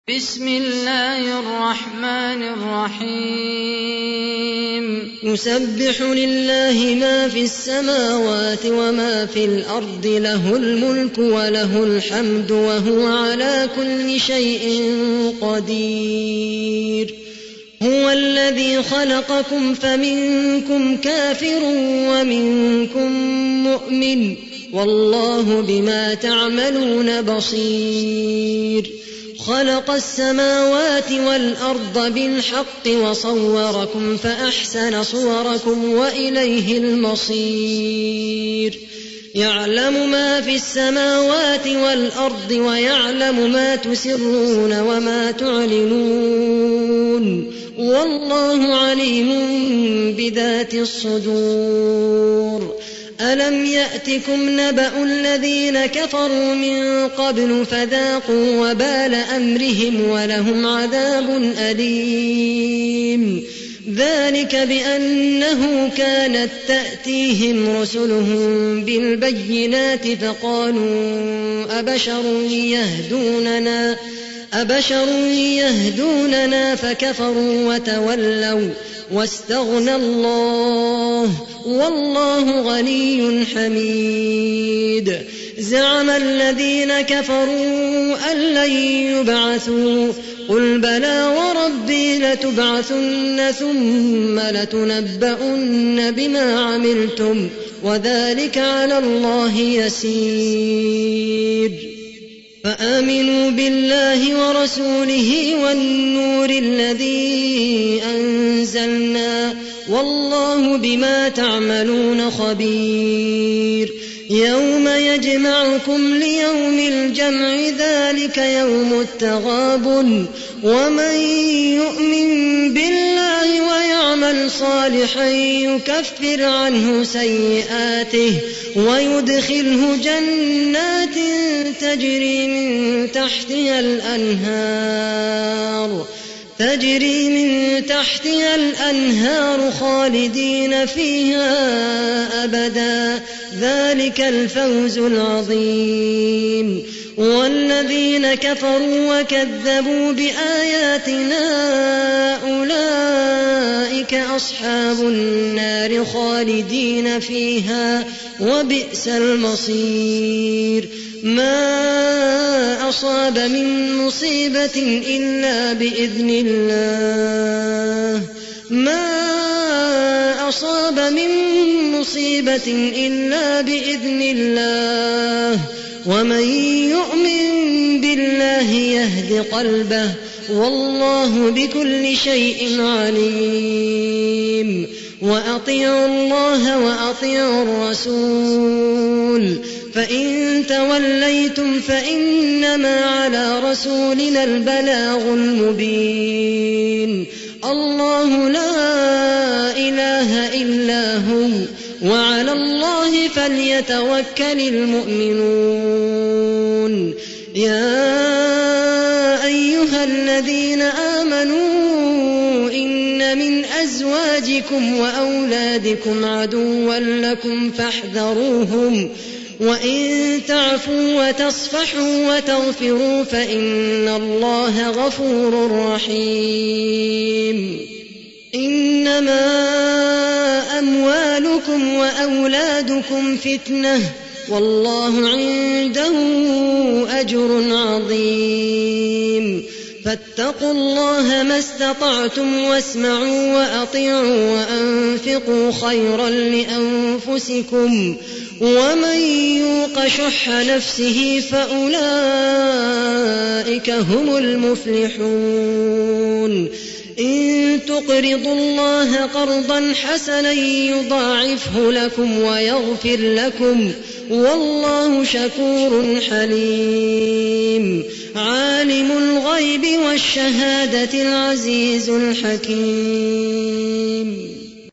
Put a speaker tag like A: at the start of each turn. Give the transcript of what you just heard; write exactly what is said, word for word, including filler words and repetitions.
A: بسم الله الرحمن الرحيم
B: يسبح لله ما في السماوات وما في الأرض له الملك وله الحمد وهو على كل شيء قدير هو الذي خلقكم فمنكم كافر ومنكم مؤمن والله بما تعملون بصير خلق السماوات والأرض بالحق وصوركم فأحسن صوركم وإليه المصير يعلم ما في السماوات والأرض ويعلم ما تسرون وما تعلنون والله عليم بذات الصدور ألم يأتكم نبأ الذين كفروا من قبل فذاقوا وبال أمرهم ولهم عذاب أليم ذلك بأنه كانت تأتيهم رسلهم بالبينات فقالوا أبشر يهدوننا أبشر يهدوننا فكفروا وتولوا واستغنى الله والله غني حميد زعم الذين كفروا أن لن يبعثوا قل بلى وربي لتبعثن ثم لتنبؤن بما عملتم وذلك على الله يسير فآمنوا بالله ورسوله والنور الذي أنزلنا والله بما تعملون خبير يوم يجمعكم ليوم الجمع ذلك يوم التغابن ومن يؤمن بالله ويعمل صالحا يكفر عنه سيئاته ويدخله جنات تجري من تحتها الأنهار تجري من تحتها الأنهار خالدين فيها أبدا ذلك الفوز العظيم والذين كفروا وكذبوا بآياتنا أولئك أصحاب النار خالدين فيها وبئس المصير ما أصاب من مصيبة إلا بإذن الله ما أصاب من مصيبة إلا بإذن الله ومن يؤمن بالله يهد قلبه والله بكل شيء عليم وأطيعوا الله وأطيعوا الرسول فإن توليتم فإنما على رسولنا البلاغ المبين الله لا إله إلا هو وعلى الله فليتوكل المؤمنون يا أيها الذين آمنوا إن من أزواجكم وأولادكم عدوا لكم فاحذروهم وإن تعفوا وتصفحوا وتغفروا فإن الله غفور رحيم إنما أموالكم وأولادكم فتنة والله عنده أجر عظيم فاتقوا الله ما استطعتم واسمعوا وأطيعوا وأنفقوا خيرا لأنفسكم ومن يوق شح نفسه فأولئك هم المفلحون إن تقرضوا الله قرضا حسنا يضاعفه لكم ويغفر لكم والله شكور حليم عالم الغيب والشهادة العزيز الحكيم